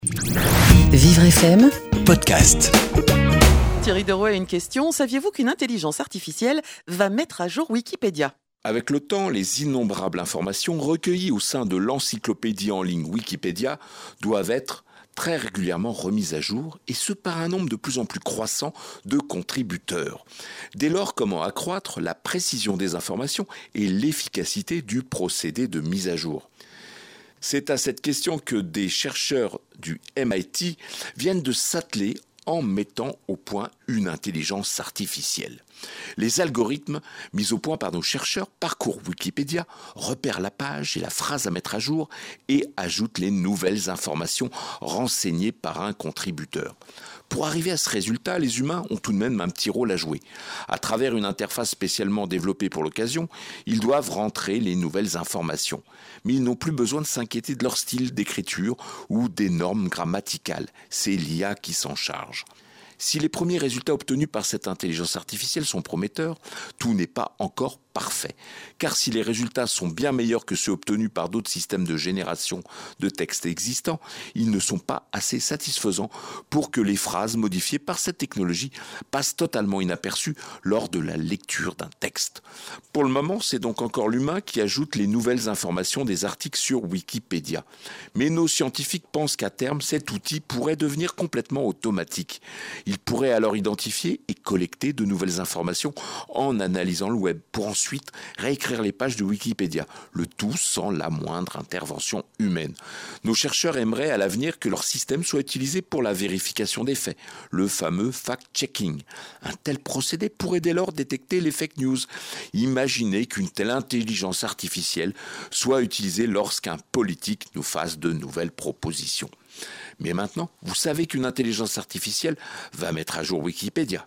Vivre FM Podcast. Thierry Derouet a une question. Saviez-vous qu'une intelligence artificielle va mettre à jour Wikipédia ? Avec le temps, les innombrables informations recueillies au sein de l'encyclopédie en ligne Wikipédia doivent être très régulièrement remises à jour, et ce par un nombre de plus en plus croissant de contributeurs. Dès lors, comment accroître la précision des informations et l'efficacité du procédé de mise à jour ? C'est à cette question que des chercheurs du MIT viennent de s'atteler en mettant au point une intelligence artificielle. Les algorithmes mis au point par nos chercheurs parcourent Wikipédia, repèrent la page et la phrase à mettre à jour et ajoutent les nouvelles informations renseignées par un contributeur. Pour arriver à ce résultat, les humains ont tout de même un petit rôle à jouer. À travers une interface spécialement développée pour l'occasion, ils doivent rentrer les nouvelles informations. Mais ils n'ont plus besoin de s'inquiéter de leur style d'écriture ou des normes grammaticales. C'est l'IA qui s'en charge. Si les premiers résultats obtenus par cette intelligence artificielle sont prometteurs, tout n'est pas encore parfait. Car si les résultats sont bien meilleurs que ceux obtenus par d'autres systèmes de génération de textes existants, ils ne sont pas assez satisfaisants pour que les phrases modifiées par cette technologie passent totalement inaperçues lors de la lecture d'un texte. Pour le moment, c'est donc encore l'humain qui ajoute les nouvelles informations des articles sur Wikipédia. Mais nos scientifiques pensent qu'à terme, cet outil pourrait devenir complètement automatique. Il pourrait alors identifier et collecter de nouvelles informations en analysant le web pour ensuite réécrire les pages de Wikipédia, le tout sans la moindre intervention humaine. Nos chercheurs aimeraient à l'avenir que leur système soit utilisé pour la vérification des faits, le fameux fact-checking. Un tel procédé pourrait dès lors détecter les fake news. Imaginez qu'une telle intelligence artificielle soit utilisée lorsqu'un politique nous fasse de nouvelles propositions. Mais maintenant, vous savez qu'une intelligence artificielle va mettre à jour Wikipédia.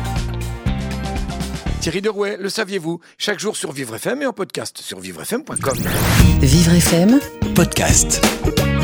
Thierry Derouet, le saviez-vous ? Chaque jour sur Vivre FM et en podcast sur vivrefm.com. Vivre FM Podcast.